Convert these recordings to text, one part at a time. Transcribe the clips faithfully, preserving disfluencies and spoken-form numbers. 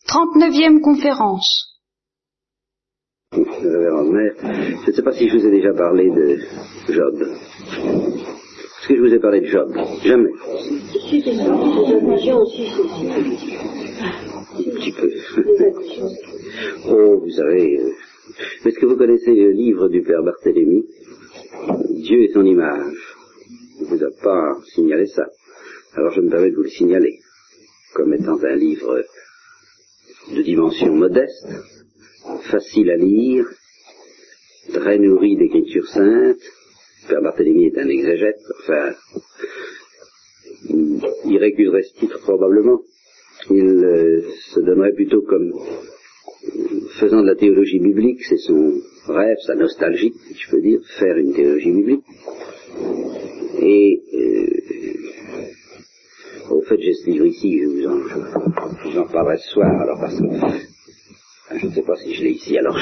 trente-neuvième conférence. Je ne sais pas si je vous ai déjà parlé de Job. Est-ce que je vous ai parlé de Job? Jamais. Un petit peu. Oh, vous savez, euh, est-ce que vous connaissez le livre du Père Barthélemy, Dieu et son image? On ne vous a pas signalé ça. Alors je me permets de vous le signaler, comme étant un livre de dimension modeste, facile à lire, très nourri d'écriture sainte. Père Barthélemy est un exégète, enfin, il récuserait ce titre probablement. Il euh, se donnerait plutôt comme faisant de la théologie biblique, c'est son rêve, sa nostalgie, si je peux dire, faire une théologie biblique. Et euh, au fait, j'ai ce livre ici, je vous en, je vous en parlerai ce soir, alors parce que je ne sais pas si je l'ai ici, alors.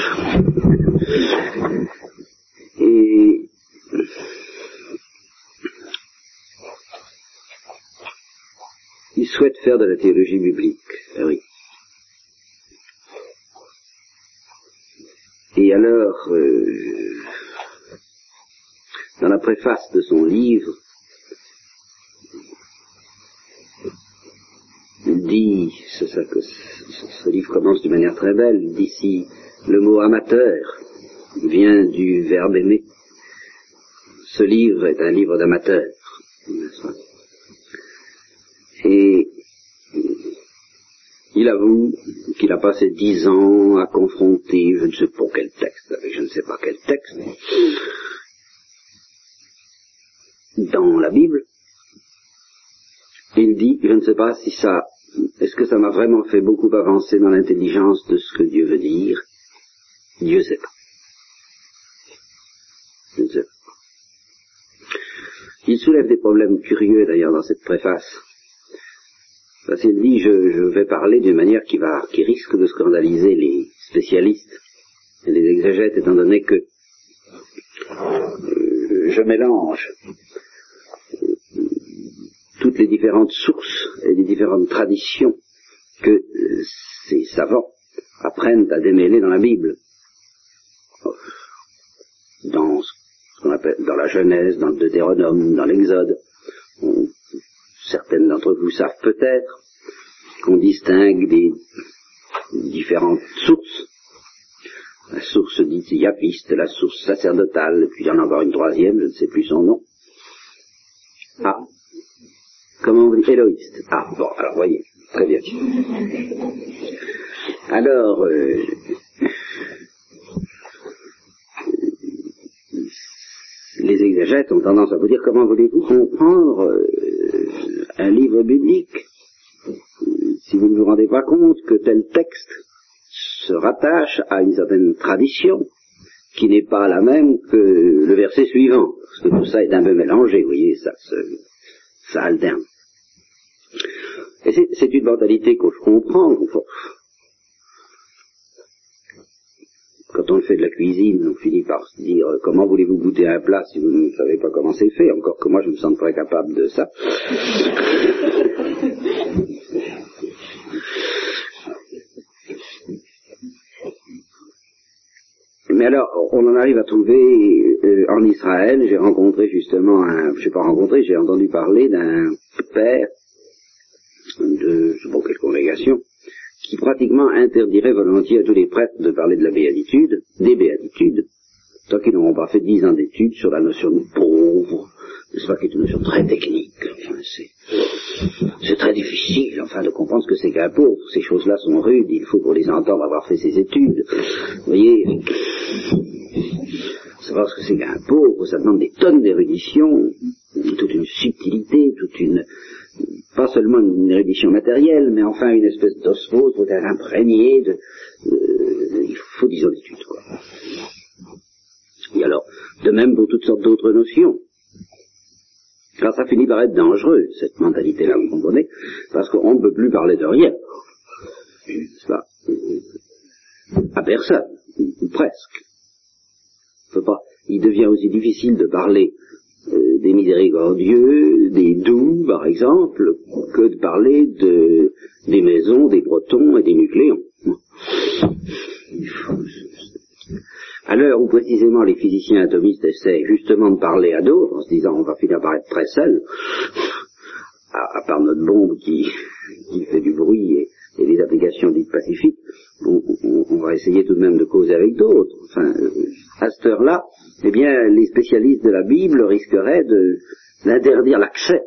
Et il souhaite faire de la théologie biblique, oui. Et alors, euh, dans la préface de son livre, il dit, c'est ça que ce livre commence d'une manière très belle, il dit si le mot amateur vient du verbe aimer, ce livre est un livre d'amateur. Et il avoue qu'il a passé dix ans à confronter je ne sais pas quel texte, avec je ne sais pas quel texte, dans la Bible. Il dit, je ne sais pas si ça, est-ce que ça m'a vraiment fait beaucoup avancer dans l'intelligence de ce que Dieu veut dire? Dieu sait pas. Je ne sais pas. Il soulève des problèmes curieux d'ailleurs dans cette préface. Parce qu'il dit, je, je vais parler d'une manière qui va, qui risque de scandaliser les spécialistes et les exégètes, étant donné que euh, je mélange euh, toutes les différentes sources et les différentes traditions que euh, ces savants apprennent à démêler dans la Bible. Dans ce qu'on appelle, dans la Genèse, dans le Deutéronome, dans l'Exode. On, certaines d'entre vous savent peut-être qu'on distingue des différentes sources. La source dite yaviste, la source sacerdotale, et puis il y en a encore une troisième, je ne sais plus son nom. Ah, comment vous dites? Éloïste. Ah, bon, alors voyez, très bien. Alors, euh, les exégètes ont tendance à vous dire comment voulez-vous comprendre euh, un livre biblique si vous ne vous rendez pas compte que tel texte se rattache à une certaine tradition qui n'est pas la même que le verset suivant, parce que tout ça est un peu mélangé, vous voyez, ça, se, ça alterne. Et c'est, c'est une mentalité que je comprends. Quand on fait de la cuisine, on finit par se dire euh, comment voulez-vous goûter un plat si vous ne savez pas comment c'est fait, encore que moi je me sens très capable de ça. Mais alors, on en arrive à trouver euh, en Israël, j'ai rencontré justement un, je n'ai pas rencontré, j'ai entendu parler d'un père de, je sais pas quelle congrégation, qui pratiquement interdirait volontiers à tous les prêtres de parler de la béatitude, des béatitudes, tant qu'ils n'auront pas fait dix ans d'études sur la notion de pauvre, n'est-ce pas, qui est une notion très technique. Enfin, c'est, c'est très difficile, enfin, de comprendre ce que c'est qu'un pauvre. Ces choses-là sont rudes, il faut pour les entendre avoir fait ses études. Vous voyez, savoir ce que c'est qu'un pauvre, ça demande des tonnes d'érudition, toute une subtilité, toute une, pas seulement une érudition matérielle, mais enfin une espèce d'osmose, faut être imprégné de, euh, il faut dix ans d'études, quoi. Et alors, de même pour toutes sortes d'autres notions. Car ça finit par être dangereux, cette mentalité-là, vous comprenez, parce qu'on ne peut plus parler de rien. C'est pas, à personne, ou presque. On peut pas. Il devient aussi difficile de parler euh, des miséricordieux, des doux, par exemple, que de parler de, des mesons, des protons et des nucléons. À l'heure où précisément les physiciens atomistes essaient justement de parler à d'autres, en se disant on va finir par être très seul, à, à part notre bombe qui, qui fait du bruit et, et des applications dites pacifiques, on, on, on va essayer tout de même de causer avec d'autres. Enfin, à cette heure-là, eh bien, les spécialistes de la Bible risqueraient de, d'interdire l'accès.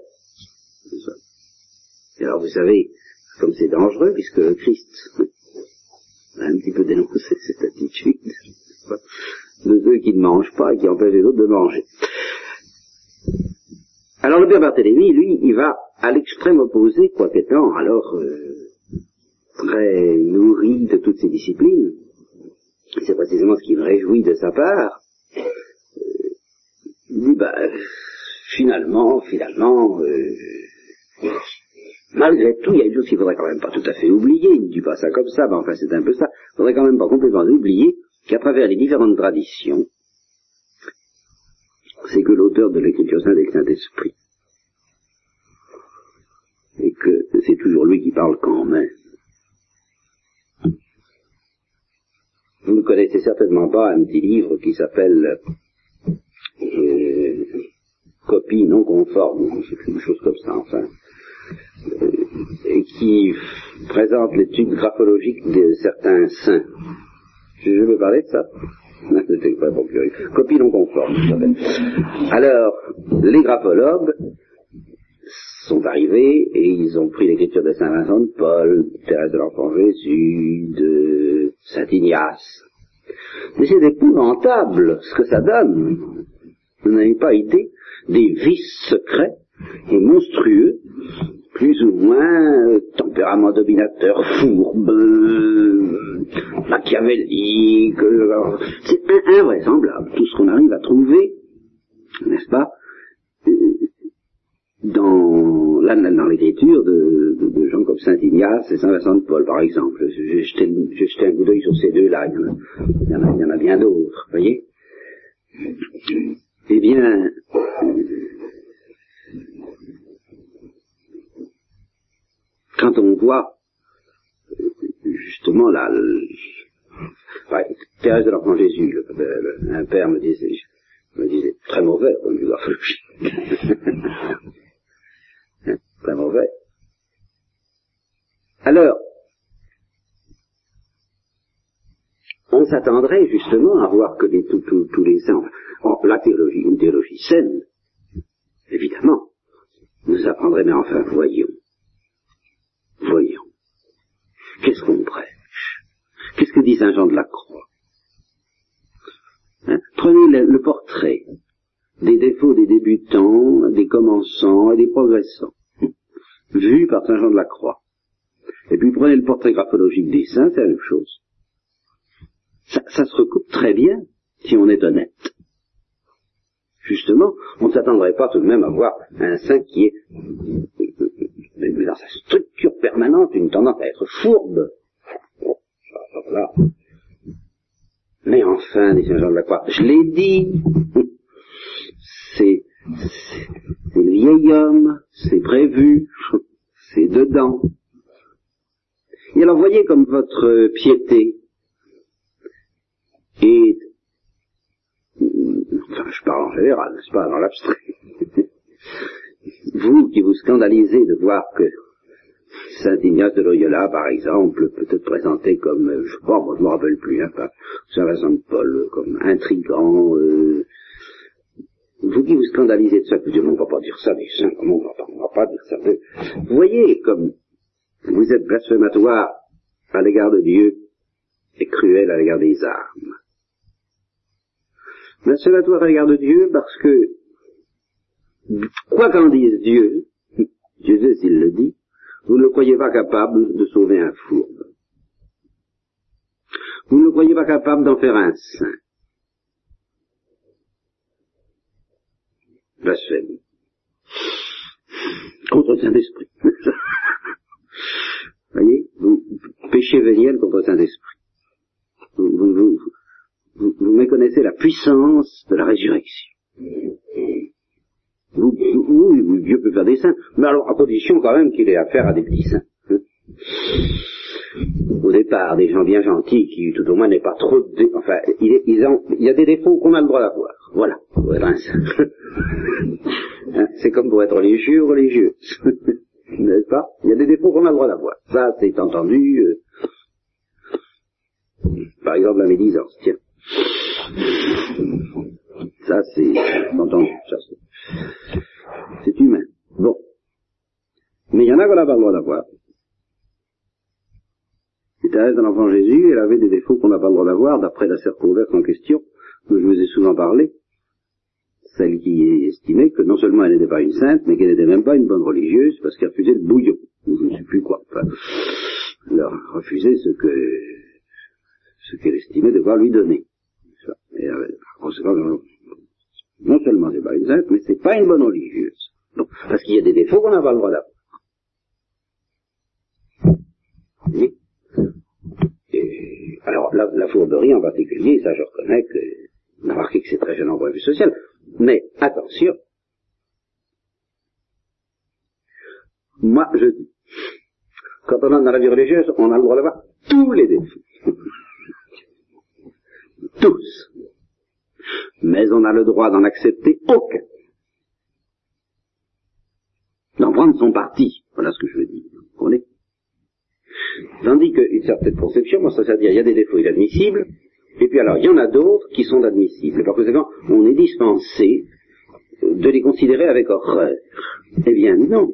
Et alors, vous savez, comme c'est dangereux, puisque le Christ a un petit peu dénoncé cette attitude de ceux qui ne mangent pas et qui empêchent les autres de manger. Alors le père Barthélemy, lui, il va à l'extrême opposé, quoique étant alors euh, très nourri de toutes ces disciplines. C'est précisément ce qui me réjouit de sa part. Euh, il dit, bah, finalement, finalement, euh, malgré tout, il y a une chose qu'il faudrait quand même pas tout à fait oublier. Il ne dit pas ça comme ça, mais enfin c'est un peu ça. Il faudrait quand même pas complètement oublier qu'à travers les différentes traditions, c'est que l'auteur de l'écriture sainte est le Saint-Esprit. Et que c'est toujours lui qui parle quand même. Vous ne connaissez certainement pas un petit livre qui s'appelle euh, Copie non conforme, quelque chose comme ça, enfin, euh, et qui présente l'étude graphologique de certains saints. Je veux parler de ça. C'était pas bon, copie non conforme, ça s'appelle. Alors, les graphologues sont arrivés et ils ont pris l'écriture de Saint Vincent de Paul, de Thérèse de l'Enfant Jésus, de Saint Ignace. Mais c'est épouvantable ce que ça donne. Vous n'avez pas idée des vices secrets et monstrueux, plus ou moins euh, tempérament dominateur, fourbe, euh, machiavélique, euh, c'est invraisemblable tout ce qu'on arrive à trouver, n'est-ce pas, euh, dans, là, dans l'écriture de, de, de gens comme Saint Ignace et Saint Vincent de Paul, par exemple. J'ai jeté, j'ai jeté un coup d'œil sur ces deux-là, il y en a, il y en a, il y en a bien d'autres, vous voyez. Eh bien, quand on voit justement là, le, enfin, Thérèse de l'Enfant Jésus, le, le, un père me disait, me disait très mauvais au point de vue graphologique. Très mauvais. Alors, on s'attendrait justement à voir que les, tous, tous, tous les saints, enfin, la théologie, une théologie saine, évidemment, nous apprendrait, mais enfin, voyons, voyons, qu'est-ce qu'on prêche? Qu'est-ce que dit Saint Jean de la Croix? Hein? Prenez le, le portrait des défauts des débutants, des commençants et des progressants, vu par Saint Jean de la Croix. Et puis prenez le portrait graphologique des saints, c'est la même chose. Ça, ça se recoupe très bien, si on est honnête. Justement, on ne s'attendrait pas tout de même à voir un saint qui est, dans sa structure permanente, une tendance à être fourbe. Voilà. Mais enfin, dit Saint Jean de la Croix, je l'ai dit, c'est, c'est, c'est le vieil homme, c'est prévu, c'est dedans. Et alors voyez comme votre piété est, enfin je parle en général, n'est-ce pas, dans l'abstrait. Vous qui vous scandalisez de voir que Saint Ignace de Loyola, par exemple, peut être présenté comme, je sais pas, moi je me rappelle plus, hein, pas Saint Vincent de Paul, comme intrigant, euh, vous qui vous scandalisez de ça, vous dites, on ne va pas dire ça, mais saint, comment on va pas, on va pas dire ça. Vous voyez comme vous êtes blasphématoire à l'égard de Dieu et cruel à l'égard des âmes. Blasphématoire à l'égard de Dieu parce que, quoi qu'en dise Dieu, Dieu s'il le dit, vous ne le croyez pas capable de sauver un fourbe. Vous ne le croyez pas capable d'en faire un saint. Blasphème. Contre le Saint-Esprit. Voyez, vous, péché véniel contre le Saint-Esprit. Vous, vous, vous, vous, vous méconnaissez la puissance de la résurrection. Vous, vous, vous, Dieu peut faire des saints, mais alors à condition quand même qu'il ait affaire à des petits saints. au départ, des gens bien gentils qui, tout au moins, n'est pas trop... De, enfin, il, ils ont, il y a des défauts qu'on a le droit d'avoir. Voilà. Voilà. C'est comme pour être religieux ou religieuse. N'est-ce pas? Il y a des défauts qu'on a le droit d'avoir. Ça, c'est entendu. Euh, par exemple, la médisance, tiens. Ça, c'est entendu. Ça, c'est, c'est humain. Bon. Mais il y en a qu'on n'a pas le droit d'avoir. Et Thérèse de l'Enfant Jésus, elle avait des défauts qu'on n'a pas le droit d'avoir, d'après la circonverse en question, dont je vous ai souvent parlé. Celle qui estimait que non seulement elle n'était pas une sainte, mais qu'elle n'était même pas une bonne religieuse, parce qu'elle refusait le bouillon, ou je ne sais plus quoi. Enfin, elle refusait ce que, ce qu'elle estimait devoir lui donner. Et euh, par conséquent, non seulement c'est pas une sainte, mais c'est pas une bonne religieuse. Donc, parce qu'il y a des défauts qu'on n'a pas le droit d'avoir. Et, et, alors, la, la fourberie en particulier, ça je reconnais que, on a remarqué que c'est très gênant au point de vue social. Mais, attention, moi je dis, quand on entre dans la vie religieuse, on a le droit d'avoir tous les défauts. Tous. Mais on a le droit d'en accepter aucun. D'en prendre son parti. Voilà ce que je veux dire. Vous comprenez? Tandis qu'une certaine conception, moi ça veut dire il y a des défauts inadmissibles, et puis alors il y en a d'autres qui sont admissibles. Par conséquent, on est dispensé de les considérer avec horreur. Eh bien non.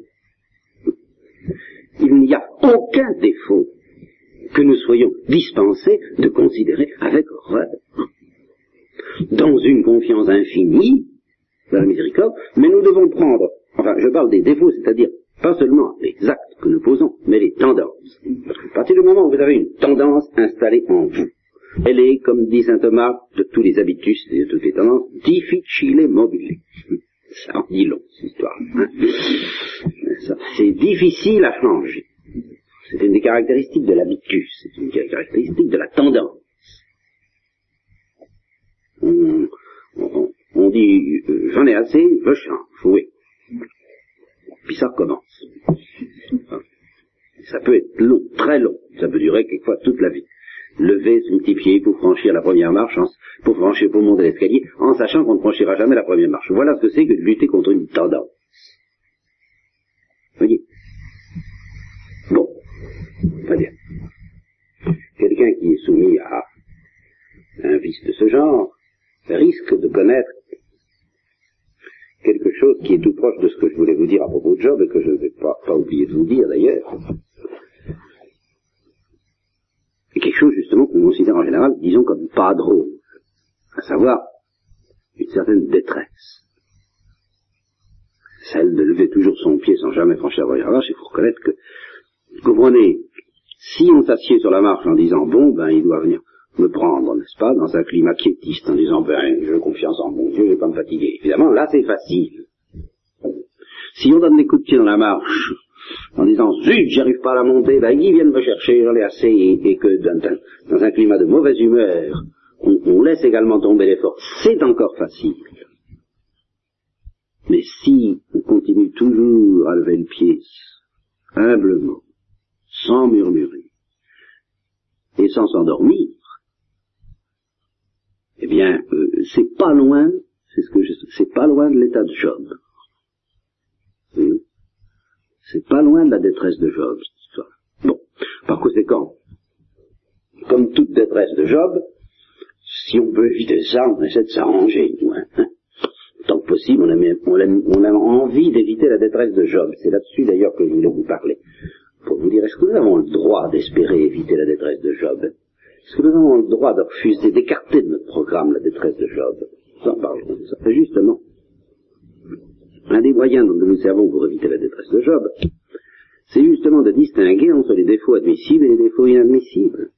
Il n'y a aucun défaut que nous soyons dispensés de considérer avec horreur. Dans une confiance infinie dans la miséricorde, mais nous devons prendre, enfin je parle des défauts, c'est-à-dire pas seulement les actes que nous posons, mais les tendances. À partir du moment où vous avez une tendance installée en vous, elle est, comme dit saint Thomas, de tous les habitus et de toutes les tendances, difficile mobile. Ça en dit long, cette histoire. Hein, ça, c'est difficile à changer. C'est une des caractéristiques de l'habitus, c'est une des caractéristique de la tendance. On, on, on dit, euh, j'en ai assez, je change, oui. Puis ça recommence. Ça peut être long, très long. Ça peut durer quelquefois toute la vie. Lever son petit pied pour franchir la première marche, pour franchir, pour monter l'escalier, en sachant qu'on ne franchira jamais la première marche. Voilà ce que c'est que de lutter contre une tendance. Vous voyez? Bon. Très bien. Quelqu'un qui est soumis à un vice de ce genre risque de connaître quelque chose qui est tout proche de ce que je voulais vous dire à propos de Job, et que je ne vais pas, pas oublier de vous dire d'ailleurs. Et quelque chose justement qu'on considère en général, disons, comme pas drôle, à savoir une certaine détresse. Celle de lever toujours son pied sans jamais franchir la première marche. Il faut reconnaître que, vous comprenez, si on s'assied sur la marche en disant bon, ben il doit venir me prendre, n'est-ce pas, dans un climat quiétiste, en disant ben j'ai confiance en mon Dieu, je vais pas me fatiguer. Évidemment, là c'est facile. Si on donne des coups de pied dans la marche, en disant zut, j'arrive pas à la monter, ben ils viennent me chercher, j'en ai assez, et, et que dans un, dans un climat de mauvaise humeur, on, on laisse également tomber l'effort, c'est encore facile. Mais si on continue toujours à lever le pied, humblement, sans murmurer, et sans s'endormir, eh bien, euh, c'est pas loin, c'est ce que je, c'est pas loin de l'état de Job. Euh, c'est pas loin de la détresse de Job, cette histoire. Bon, par conséquent, comme toute détresse de Job, si on peut éviter ça, on essaie de s'arranger, hein. Tant que possible, on a, on, a, on a envie d'éviter la détresse de Job. C'est là-dessus d'ailleurs que je voulais vous parler. Pour vous dire, est-ce que nous avons le droit d'espérer éviter la détresse de Job? Est-ce que nous avons le droit de refuser, d'écarter de notre programme la détresse de Job? Ça en parle, ça fait justement. Un des moyens dont nous nous servons pour éviter la détresse de Job, c'est justement de distinguer entre les défauts admissibles et les défauts inadmissibles.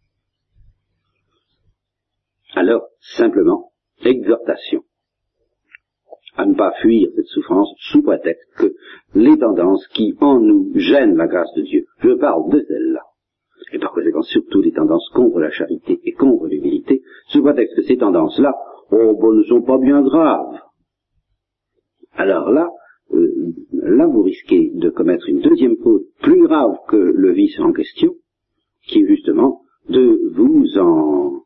Alors, simplement, exhortation à ne pas fuir cette souffrance sous prétexte que les tendances qui en nous gênent la grâce de Dieu, je parle de celles-là, et par conséquent surtout les tendances contre la charité et contre l'humilité, sous prétexte que ces tendances-là, oh bon, ne sont pas bien graves. Alors là, euh, là vous risquez de commettre une deuxième faute plus grave que le vice en question, qui est justement de vous en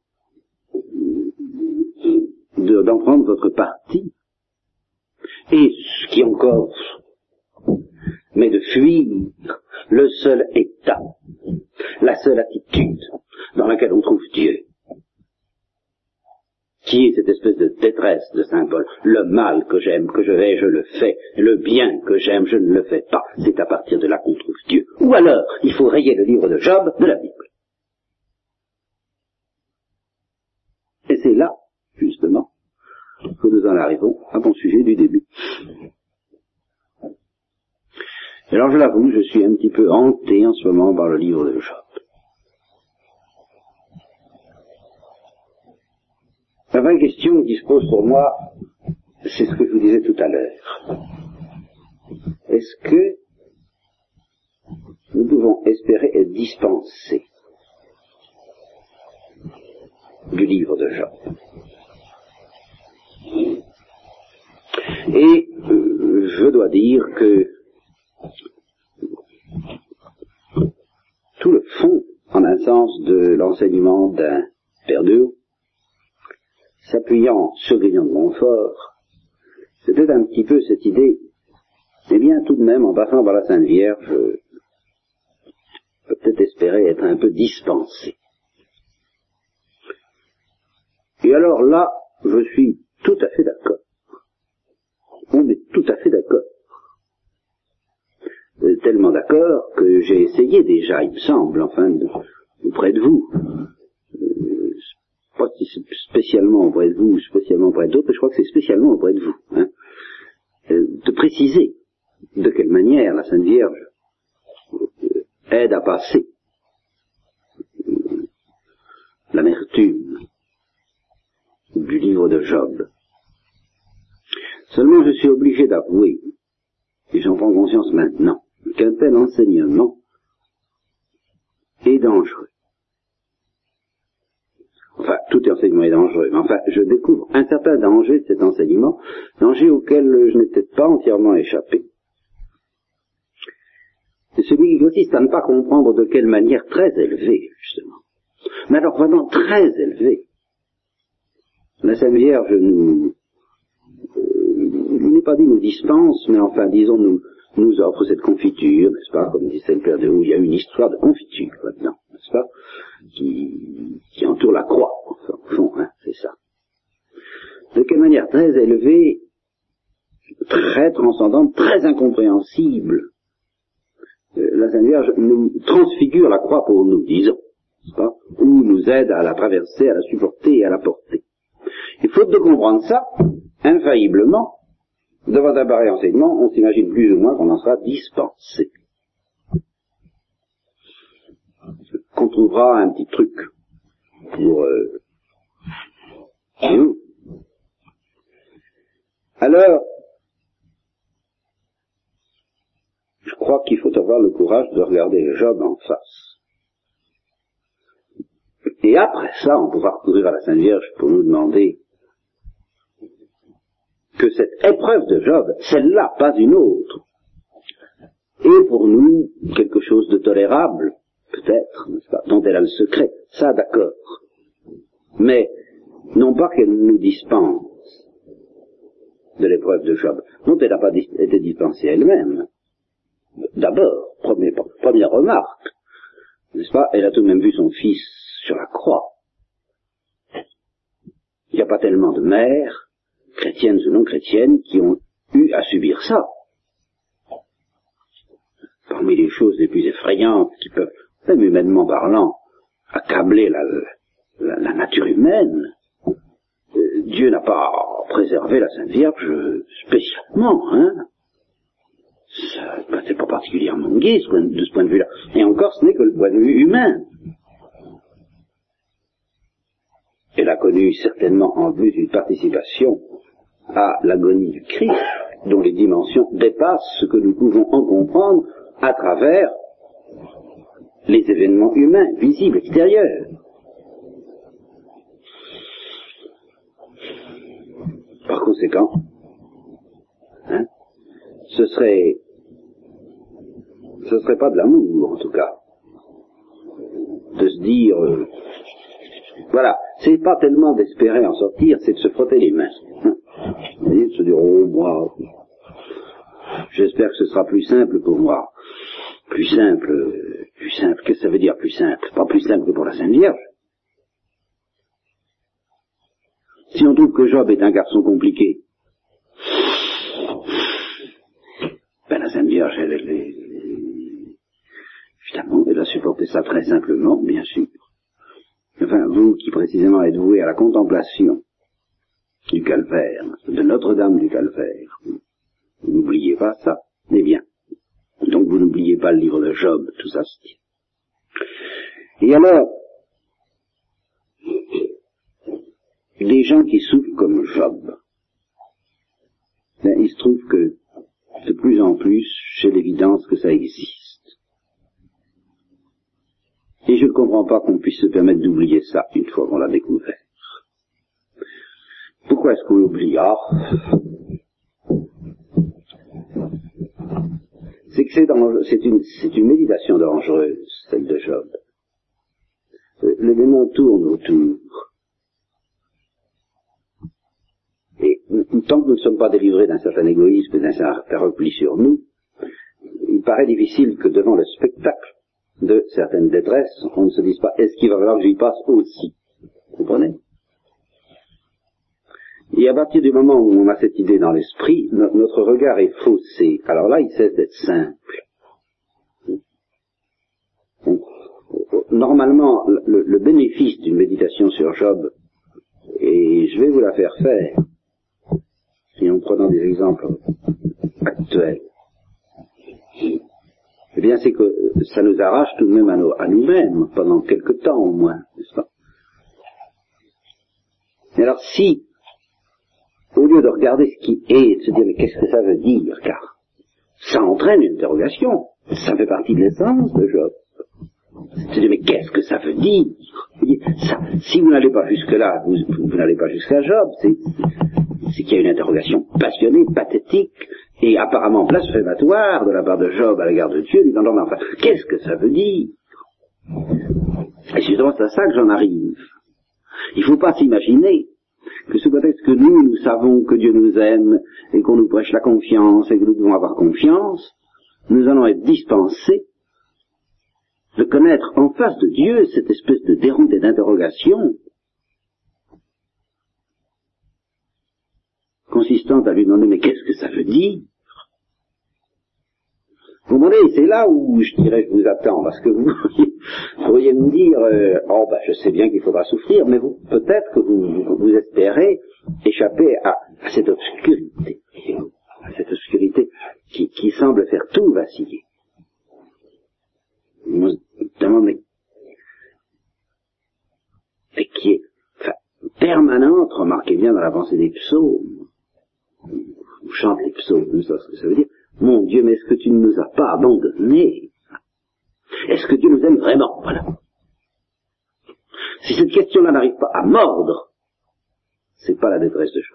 de, d'en prendre votre parti, et ce qui encore, mais de fuir le seul état, la seule attitude dans laquelle on trouve Dieu, qui est cette espèce de détresse de saint Paul. Le mal que j'aime, que je vais, je le fais. Le bien que j'aime, je ne le fais pas. C'est à partir de là qu'on trouve Dieu. Ou alors, il faut rayer le livre de Job de la Bible. Et c'est là, justement, que nous en arrivons à mon sujet du début. Alors je l'avoue, je suis un petit peu hanté en ce moment par le livre de Job. La vraie question qui se pose pour moi, c'est ce que je vous disais tout à l'heure. Est-ce que nous pouvons espérer être dispensés du livre de Job? Et euh, je dois dire que tout le fond, en un sens, de l'enseignement d'un père de haut, s'appuyant sur Grignon de Montfort, c'était un petit peu cette idée, eh bien tout de même, en passant par la Sainte Vierge, je peux peut-être espérer être un peu dispensé. Et alors là, je suis tout à fait d'accord. On est tout à fait d'accord. Euh, tellement d'accord que j'ai essayé déjà, il me semble, enfin, de, auprès de vous, euh, pas si c'est spécialement auprès de vous, spécialement auprès d'autres, mais je crois que c'est spécialement auprès de vous, hein, euh, de préciser de quelle manière la Sainte Vierge euh, aide à passer euh, l'amertume du livre de Job. Seulement je suis obligé d'avouer, et j'en prends conscience maintenant, qu'un tel enseignement est dangereux. Enfin, tout enseignement est dangereux, mais enfin, je découvre un certain danger de cet enseignement, danger auquel je n'ai peut-être pas entièrement échappé. C'est celui qui consiste à ne pas comprendre de quelle manière très élevée, justement, mais alors vraiment très élevée, la Sainte Vierge nous, euh, je n'ai pas dit nous dispense, mais enfin, disons, nous, nous offre cette confiture, n'est-ce pas, comme disait le Père de Haut, il y a une histoire de confiture là-dedans, n'est-ce pas, qui, qui entoure la croix, enfin, au fond, hein, c'est ça. De quelle manière très élevée, très transcendante, très incompréhensible, euh, la Sainte Vierge nous transfigure la croix pour nous, disons, n'est-ce pas, ou nous aide à la traverser, à la supporter et à la porter. Et faute de comprendre ça, infailliblement, devant un pareil enseignement, on s'imagine plus ou moins qu'on en sera dispensé. Qu'on trouvera un petit truc pour euh, nous. Alors, je crois qu'il faut avoir le courage de regarder Job en face. Et après ça, on pourra recourir à la Sainte Vierge pour nous demander que cette épreuve de Job, celle-là, pas une autre, est pour nous quelque chose de tolérable, peut-être, n'est-ce pas, dont elle a le secret, ça d'accord. Mais, non pas qu'elle nous dispense de l'épreuve de Job, dont elle n'a pas été dispensée elle-même. D'abord, premier, première remarque, n'est-ce pas, elle a tout de même vu son fils sur la croix. Il n'y a pas tellement de mères, chrétiennes ou non chrétiennes, qui ont eu à subir ça. Parmi les choses les plus effrayantes qui peuvent, même humainement parlant, accabler la, la, la nature humaine, euh, Dieu n'a pas préservé la Sainte Vierge spécialement, hein. Ça, ben, c'est pas particulièrement gai ce point, de ce point de vue-là. Et encore, ce n'est que le point de vue humain. Elle a connu certainement en vue d'une participation à l'agonie du Christ, dont les dimensions dépassent ce que nous pouvons en comprendre à travers les événements humains, visibles, extérieurs. Par conséquent, hein, ce serait, ce serait pas de l'amour, en tout cas, de se dire, euh, voilà, c'est pas tellement d'espérer en sortir, c'est de se frotter les mains. Hein. Et de se dire, oh, moi, j'espère que ce sera plus simple pour moi. Plus simple, euh, plus simple, qu'est-ce que ça veut dire plus simple? Pas plus simple que pour la Sainte Vierge. Si on trouve que Job est un garçon compliqué, ben la Sainte Vierge, elle, elle, elle, évidemment, elle a supporté ça très simplement, bien sûr. Enfin, vous qui précisément êtes voués à la contemplation du calvaire, de Notre-Dame du calvaire, vous n'oubliez pas ça, eh bien. Donc vous n'oubliez pas le livre de Job, tout ça se tient. Et alors, les gens qui souffrent comme Job, ben, il se trouve que de plus en plus, j'ai l'évidence que ça existe. Et je ne comprends pas qu'on puisse se permettre d'oublier ça une fois qu'on l'a découvert. Pourquoi est-ce qu'on l'oublie? Ah, c'est que c'est, dans, c'est, une, c'est une méditation dangereuse, celle de Job. Le démon tourne autour. Et tant que nous ne sommes pas délivrés d'un certain égoïsme et d'un certain repli sur nous, il paraît difficile que devant le spectacle de certaines détresses, on ne se dise pas, est-ce qu'il va falloir que j'y passe aussi? Vous comprenez? Et à partir du moment où on a cette idée dans l'esprit, no- notre regard est faussé. Alors là, il cesse d'être simple. Donc, normalement, le, le bénéfice d'une méditation sur Job, et je vais vous la faire faire, et en prenant des exemples actuels, eh bien c'est que ça nous arrache tout de même à, nos, à nous-mêmes, pendant quelque temps au moins, n'est-ce pas? Et alors si, au lieu de regarder ce qui est, de se dire mais qu'est-ce que ça veut dire, car ça entraîne une interrogation, ça fait partie de l'essence de Job. Se dire mais qu'est-ce que ça veut dire, ça, si vous n'allez pas jusque-là, vous, vous n'allez pas jusqu'à Job, c'est, c'est qu'il y a une interrogation passionnée, pathétique, et apparemment blasphématoire de la part de Job à l'égard de Dieu, lui disant mais enfin, qu'est-ce que ça veut dire? Et c'est justement à ça que j'en arrive. Il ne faut pas s'imaginer que sous prétexte que nous, nous savons que Dieu nous aime et qu'on nous prêche la confiance et que nous devons avoir confiance, nous allons être dispensés de connaître en face de Dieu cette espèce de déroute et d'interrogation consistant à lui demander mais qu'est-ce que ça veut dire? Vous comprenez, c'est là où je dirais je vous attends, parce que vous pourriez, pourriez me dire euh, oh ben je sais bien qu'il faudra souffrir, mais vous peut-être que vous, vous, vous espérez échapper à, à cette obscurité, à cette obscurité qui, qui semble faire tout vaciller. On se demande mais, mais qui est enfin, permanente, remarquez bien dans la pensée des psaumes, on chante les psaumes, vous savez ce que ça veut dire? Mon Dieu, mais est-ce que tu ne nous as pas abandonnés? Est-ce que Dieu nous aime vraiment? Voilà. Si cette question-là n'arrive pas à mordre, c'est pas la détresse de Job.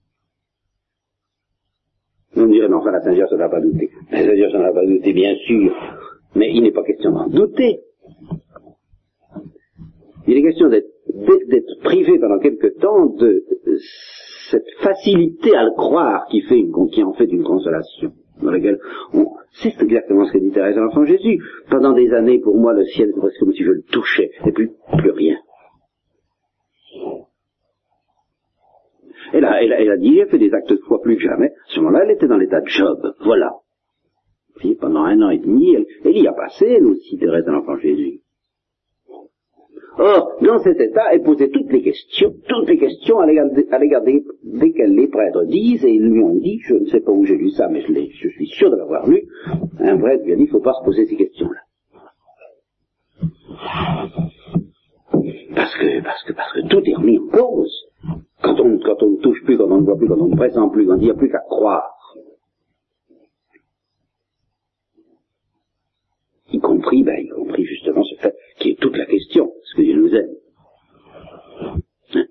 On me dirait, mais enfin, la Sainte Vierge, ça n'a pas douté. La Sainte Vierge, ça n'a pas douté, bien sûr. Mais il n'est pas question d'en douter. Il est question d'être, d'être privé pendant quelque temps de cette facilité à le croire qui fait une, qui en fait une consolation. Dans laquelle on, c'est exactement ce que dit Thérèse de l'Enfant Jésus. Pendant des années, pour moi, le ciel, c'est presque comme si je le touchais, et puis plus rien. Elle a, elle a, elle a dit, j'ai fait des actes de foi plus que jamais. À ce moment-là, elle était dans l'état de Job. Voilà. Puis, pendant un an et demi, elle, elle y a passé, elle aussi, Thérèse de l'Enfant Jésus. Or, dans cet état, elle posait toutes les questions, toutes les questions à l'égard, à l'égard des, desquelles les prêtres disent, et ils lui ont dit, je ne sais pas où j'ai lu ça, mais je, l'ai, je suis sûr de l'avoir lu, un prêtre lui a dit, il ne faut pas se poser ces questions-là. Parce que, parce que, parce que tout est remis en cause. Quand on, quand on ne touche plus, quand on ne voit plus, quand on ne pressent plus, quand il n'y a plus qu'à croire. Y compris, ben, y compris justement ce fait qui est toute la question, ce que Dieu nous aime. Hein?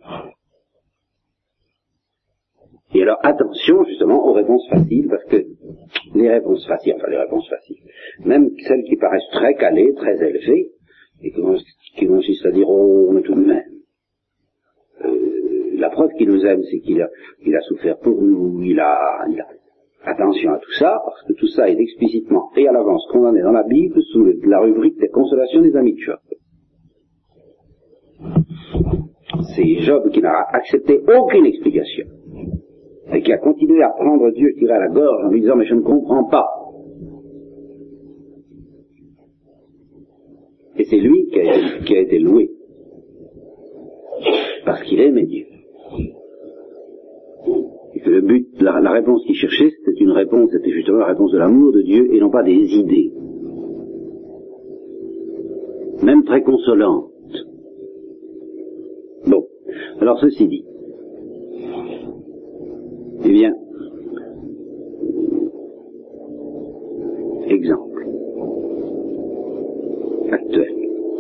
Et alors, attention justement aux réponses faciles, parce que les les réponses faciles, enfin les réponses faciles, même celles qui paraissent très calées, très élevées, et qui consistent à dire, oh, mais tout de même, euh, la preuve qu'il nous aime, c'est qu'il a, il a souffert pour nous, il a, il a, attention à tout ça, parce que tout ça est explicitement et à l'avance condamné dans la Bible sous le, la rubrique des consolations des amis de Job. C'est Job qui n'a accepté aucune explication, et qui a continué à prendre Dieu, je dirais, à la gorge en lui disant, mais je ne comprends pas. Et c'est lui qui a été, qui a été loué, parce qu'il aimait Dieu. Et que le but, la, la réponse qu'il cherchait, c'était une réponse, c'était justement la réponse de l'amour de Dieu, et non pas des idées. Même très consolantes. Bon, alors ceci dit, eh bien, exemple actuel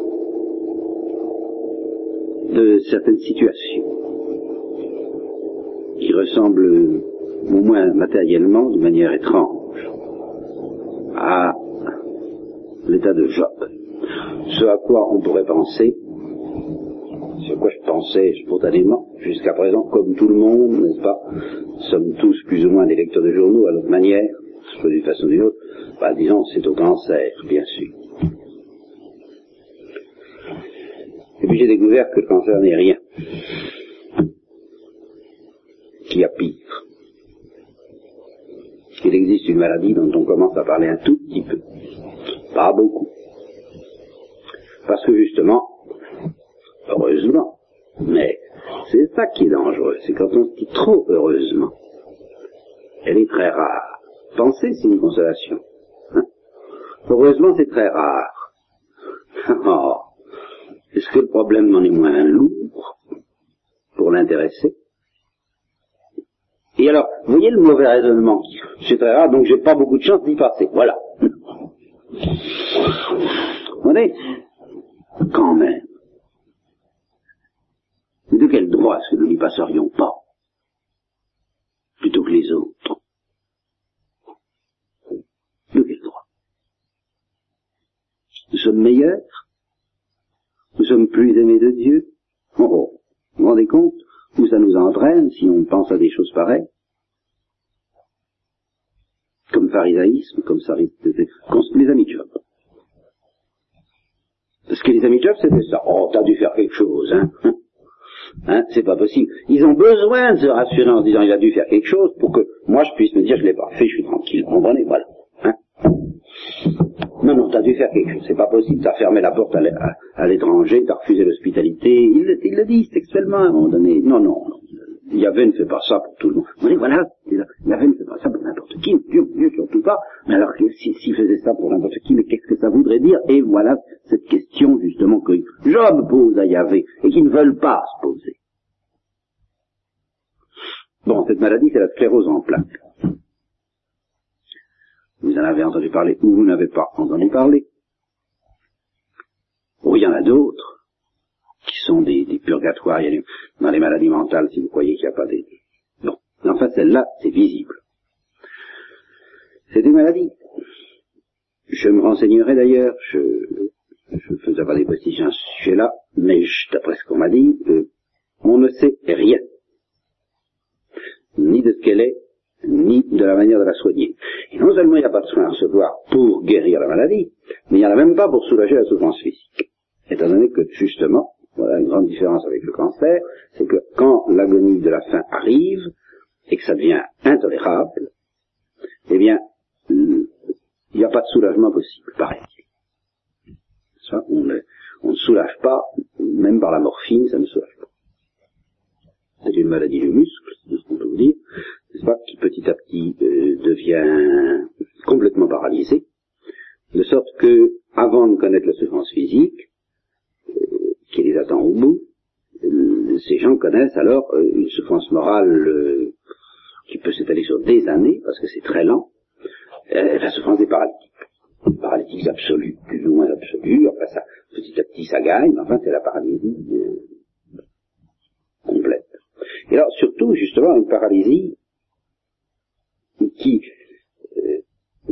de certaines situations qui ressemblent, au moins matériellement, de manière étrange, à l'état de Job. Ce à quoi on pourrait penser, ce à quoi je pensais spontanément, jusqu'à présent, comme tout le monde, n'est-ce pas, sommes tous plus ou moins des lecteurs de journaux à notre manière, soit d'une façon ou d'une autre, bah, disons, c'est au cancer, bien sûr. Et puis j'ai découvert que le cancer n'est rien, qu'il y a pire. Il existe une maladie dont on commence à parler un tout petit peu, pas beaucoup. Parce que justement, heureusement, mais c'est ça qui est dangereux, c'est quand on se dit trop heureusement. Elle est très rare. Penser, c'est une consolation. Hein? Heureusement, c'est très rare. Oh, est-ce que le problème n'en est moins lourd pour l'intéresser? Et alors, vous voyez le mauvais raisonnement, c'est très rare, donc j'ai pas beaucoup de chance d'y passer. Voilà. Vous voyez, quand même. De quel droit est-ce que nous n'y passerions pas, plutôt que les autres? De quel droit? Nous sommes meilleurs? Nous sommes plus aimés de Dieu? Oh, oh. Vous vous rendez compte où ça nous entraîne si on pense à des choses pareilles? Comme pharisaïsme, comme ça, les amis de Job. Parce que les amis de Job, c'était ça. Oh, t'as dû faire quelque chose, hein, hein, c'est pas possible. Ils ont besoin de se rassurer en se disant, il a dû faire quelque chose pour que moi je puisse me dire, je l'ai pas fait, je suis tranquille, comprenez, voilà. Hein. Non, non, t'as dû faire quelque chose, c'est pas possible, t'as fermé la porte à l'étranger, t'as refusé l'hospitalité, ils il le disent textuellement à un moment donné. Non, non, non. Yahvé ne fait pas ça pour tout le monde. Vous voyez, voilà, Yahvé ne fait pas ça pour n'importe qui, Dieu, Dieu surtout pas. Mais alors, s'il si faisait ça pour n'importe qui, mais qu'est-ce que ça voudrait dire? Et voilà cette question, justement, que Job pose à Yahvé, et qu'ils ne veulent pas se poser. Bon, cette maladie, c'est la sclérose en plaques. Vous en avez entendu parler, ou vous n'avez pas entendu parler. Ou il y en a d'autres, qui sont des, des purgatoires, il y a des, dans les maladies mentales, si vous croyez qu'il n'y a pas des... Bon, enfin celle-là, c'est visible. C'est des maladies. Je me renseignerai d'ailleurs, je ne faisais pas des précisions à ce sujet-là, mais je, d'après ce qu'on m'a dit, euh, on ne sait rien. Ni de ce qu'elle est, ni de la manière de la soigner. Et non seulement il n'y a pas de soins à recevoir pour guérir la maladie, mais il n'y en a même pas pour soulager la souffrance physique. Étant donné que, justement, voilà une grande différence avec le cancer, c'est que quand l'agonie de la faim arrive, et que ça devient intolérable, eh bien, il n'y a pas de soulagement possible, paraît-il. Ça, on ne, on ne soulage pas, même par la morphine, ça ne soulage pas. C'est une maladie du muscle, c'est ce qu'on peut vous dire, n'est-ce pas, qui petit à petit euh, devient complètement paralysé, de sorte que, avant de connaître la souffrance physique, qui les attend au bout, euh, ces gens connaissent alors euh, une souffrance morale euh, qui peut s'étaler sur des années, parce que c'est très lent, euh, la souffrance des paralytiques. Les paralytiques absolus, plus ou moins absolus, enfin ça, petit à petit ça gagne, mais enfin c'est la paralysie euh, complète. Et alors surtout, justement, une paralysie qui, euh,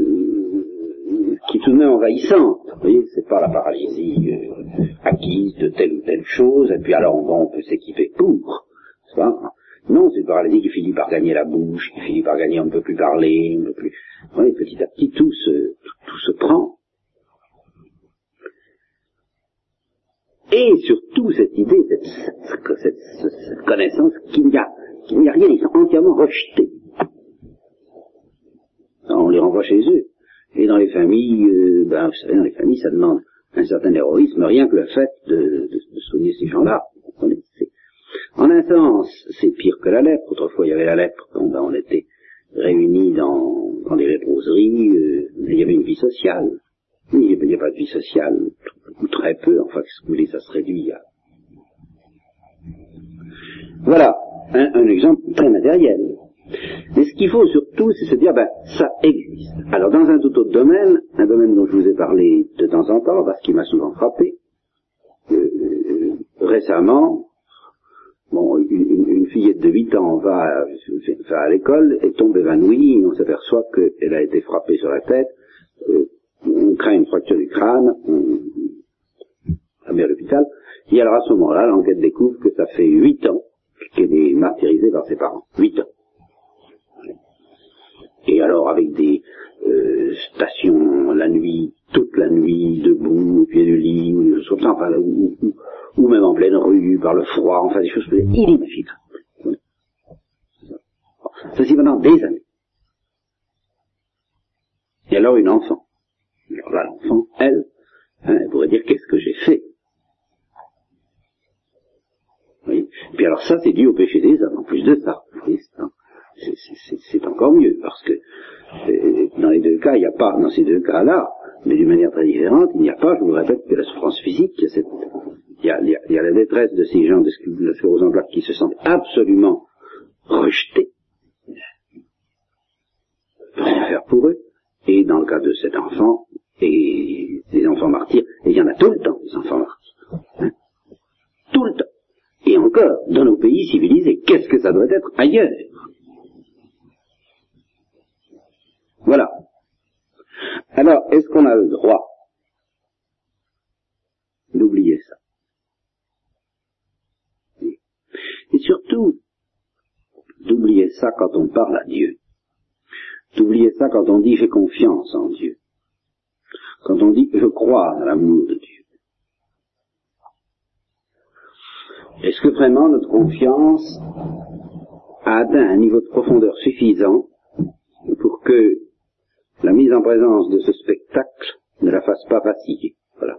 envahissante. Vous voyez, c'est pas la paralysie euh, acquise de telle ou telle chose, et puis alors bon, on peut s'équiper pour. C'est pas, non, c'est une paralysie qui finit par gagner la bouche, qui finit par gagner, on ne peut plus parler, on ne peut plus. Vous voyez, petit à petit, tout se, tout, tout se prend. Et surtout cette idée, cette, cette, cette, cette connaissance qu'il n'y a, qu'il n'y a rien, ils sont entièrement rejetés. On les renvoie chez eux. Et dans les familles, euh, ben, vous savez, dans les familles, ça demande un certain héroïsme, rien que le fait de, de, de soigner ces gens-là. En un sens, c'est pire que la lèpre. Autrefois, il y avait la lèpre, quand ben, on était réunis dans, dans des léproseries, euh, il y avait une vie sociale. Il n'y a pas de vie sociale, ou très peu, enfin, qu'est-ce que vous voulez, ça se réduit à... Voilà, un, un exemple très matériel. Mais ce qu'il faut surtout, c'est se dire, ben, ça existe. Alors, dans un tout autre domaine, un domaine dont je vous ai parlé de temps en temps, parce qu'il m'a souvent frappé, euh, euh, récemment, bon, une, une fillette de huit ans va, va à l'école et tombe évanouie, et on s'aperçoit qu'elle a été frappée sur la tête, euh, on craint une fracture du crâne, on la met à l'hôpital, et alors à ce moment-là, l'enquête découvre que ça fait huit ans qu'elle est martyrisée par ses parents. Huit ans. Et alors avec des euh, stations la nuit, toute la nuit, debout, au pied du lit, ou des choses comme ça, enfin, ou, ou, ou même en pleine rue, par le froid, enfin des choses inimaginables. Ceci pendant des années. Et alors une enfant. Alors là, l'enfant, elle, hein, elle pourrait dire, qu'est-ce que j'ai fait? Oui. Puis alors ça, c'est dû au péché des hommes, en plus de ça. Oui, c'est, c'est, c'est encore mieux, parce que euh, dans les deux cas, il n'y a pas, dans ces deux cas-là, mais d'une manière très différente, il n'y a pas, je vous le répète, que la souffrance physique, il y a, cette, il y a, il y a, il y a la détresse de ces gens de la sclérose en plaques qui se sentent absolument rejetés. On peut rien faire pour eux. Et dans le cas de cet enfant, et des enfants martyrs, et il y en a tout le temps, des enfants martyrs. Hein, tout le temps. Et encore, dans nos pays civilisés, qu'est-ce que ça doit être ailleurs? Voilà. Alors, est-ce qu'on a le droit d'oublier ça? Et surtout, d'oublier ça quand on parle à Dieu. D'oublier ça quand on dit « j'ai confiance en Dieu ». Quand on dit « je crois à l'amour de Dieu ». Est-ce que vraiment notre confiance a atteint un niveau de profondeur suffisant pour que la mise en présence de ce spectacle ne la fasse pas vaciller? Voilà.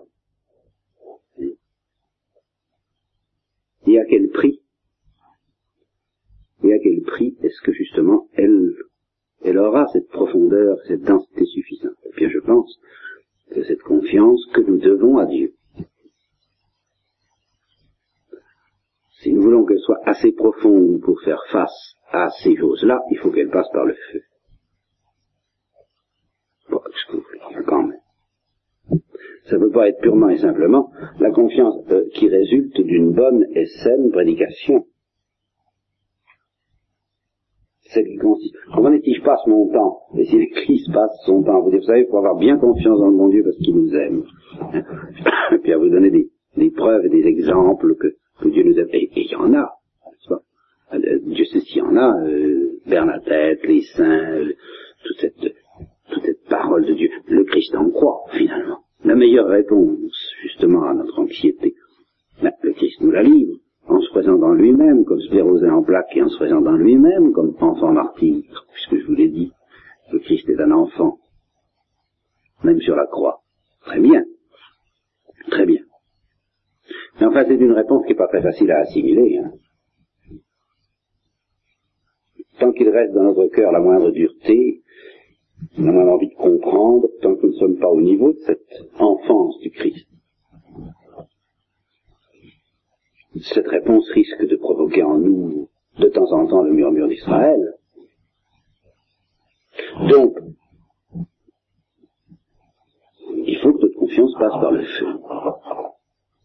Et à quel prix? Et à quel prix est-ce que justement elle, elle aura cette profondeur, cette densité suffisante? Eh bien, je pense que cette confiance que nous devons à Dieu. Si nous voulons qu'elle soit assez profonde pour faire face à ces choses-là, il faut qu'elle passe par le feu. Bon, ce que vous voulez dire quand même. Ça ne peut pas être purement et simplement la confiance euh, qui résulte d'une bonne et saine prédication. Celle qui consiste. Comprenez, si je passe mon temps, et si l'Église passe son temps, vous, vous savez, il faut avoir bien confiance dans le bon Dieu parce qu'il nous aime. Et puis à vous donner des, des preuves et des exemples que, que Dieu nous aime. Et il y en a, n'est-ce pas? Dieu sait s'il y en a, euh, Bernadette, les saints, le, toute cette, toute cette parole de Dieu. Le Christ en croit, finalement. La meilleure réponse, justement, à notre anxiété. Ben, le Christ nous la livre. En se présentant lui-même comme sclérosé en plaques et en se présentant lui-même comme enfant martyr, puisque je vous l'ai dit, le Christ est un enfant, même sur la croix. Très bien, très bien. Mais enfin, c'est une réponse qui n'est pas très facile à assimiler. Hein. Tant qu'il reste dans notre cœur la moindre dureté, la moindre envie de comprendre, tant que nous ne sommes pas au niveau de cette enfance du Christ, cette réponse risque de provoquer en nous de temps en temps le murmure d'Israël. Donc, il faut que notre confiance passe par le feu.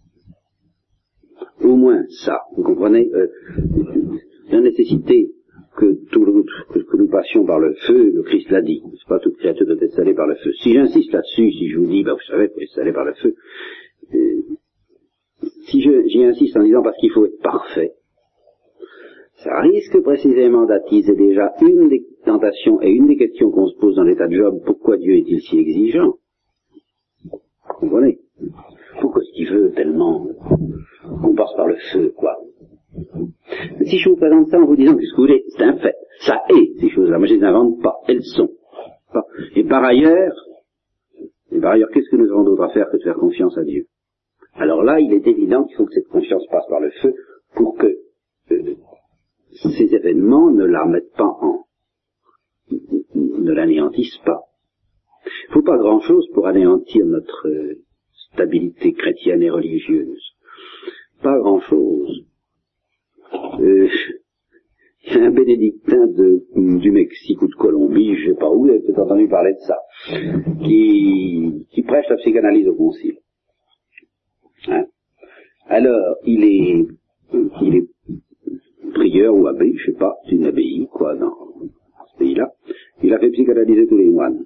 Au moins ça, vous comprenez, euh, la nécessité que, tout le, que, que nous passions par le feu, le Christ l'a dit, c'est pas toute créature doit être salée par le feu. Si j'insiste là-dessus, si je vous dis, bah vous savez, vous êtes salé par le feu, euh, si je, j'y insiste en disant parce qu'il faut être parfait, ça risque précisément d'attiser déjà une des tentations et une des questions qu'on se pose dans l'état de Job. Pourquoi Dieu est-il si exigeant? Vous comprenez? Pourquoi est-ce qu'il veut tellement qu'on passe par le feu, quoi? Mais si je vous présente ça en vous disant que ce que vous voulez, c'est un fait, ça est, ces choses-là, moi je les invente pas, elles sont. Et par ailleurs, et par ailleurs, qu'est-ce que nous avons d'autre à faire que de faire confiance à Dieu? Alors là, il est évident qu'il faut que cette confiance passe par le feu pour que euh, ces événements ne la mettent pas en, ne l'anéantissent pas. Il ne faut pas grand-chose pour anéantir notre euh, stabilité chrétienne et religieuse. Pas grand-chose. Euh, il y a un bénédictin de, du Mexique ou de Colombie, je ne sais pas où, vous avez peut-être entendu parler de ça, qui, qui prêche la psychanalyse au concile. Hein? Alors, il est, il est prieur ou abbé, je sais pas, c'est une abbaye, quoi, dans ce pays-là. Il a fait psychanalyser tous les moines.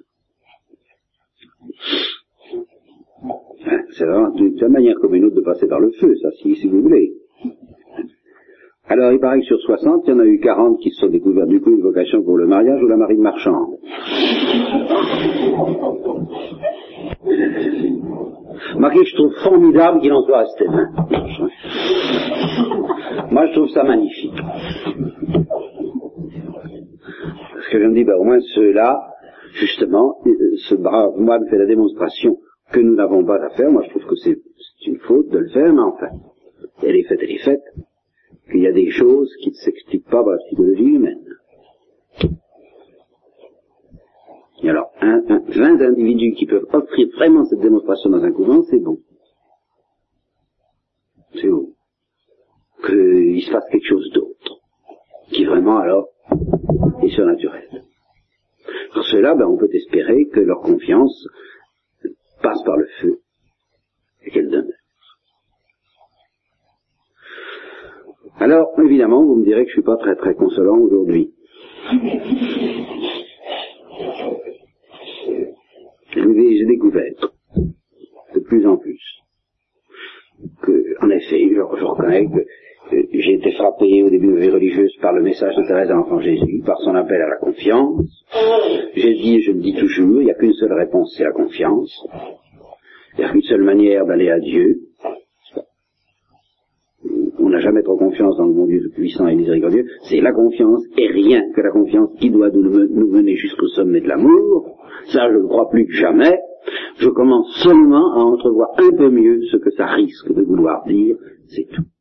Hein, c'est vraiment une manière comme une autre de passer par le feu, ça, si, si vous voulez. Alors, il paraît que sur soixante, il y en a eu quarante qui se sont découverts du coup une vocation pour le mariage ou la marine marchande. Marqué, je trouve formidable qu'il en soit resté un. Moi, je trouve ça magnifique. Parce que je me dis, ben, au moins ceux-là, justement, ce brave moine fait la démonstration que nous n'avons pas à faire. Moi, je trouve que c'est, c'est une faute de le faire, mais enfin, elle est faite, elle est faite. Qu'il y a des choses qui ne s'expliquent pas par la psychologie humaine. Et alors, un, un, vingt individus qui peuvent offrir vraiment cette démonstration dans un couvent, c'est bon. C'est bon. Qu'il se passe quelque chose d'autre, qui vraiment, alors, est surnaturel. Pour cela, ben, on peut espérer que leur confiance passe par le feu et qu'elle demeure. Alors, évidemment, vous me direz que je suis pas très très consolant aujourd'hui. J'ai découvert, de plus en plus, que, en effet, je, je reconnais que euh, j'ai été frappé au début de ma vie religieuse par le message de Thérèse de l'Enfant Jésus, par son appel à la confiance. J'ai dit, et je le dis toujours, il n'y a qu'une seule réponse, c'est la confiance. Il n'y a qu'une seule manière d'aller à Dieu. On n'a jamais trop confiance dans le bon Dieu tout-puissant et miséricordieux, c'est la confiance et rien que la confiance qui doit nous mener jusqu'au sommet de l'amour. Ça, je ne crois plus que jamais. Je commence seulement à entrevoir un peu mieux ce que ça risque de vouloir dire, c'est tout.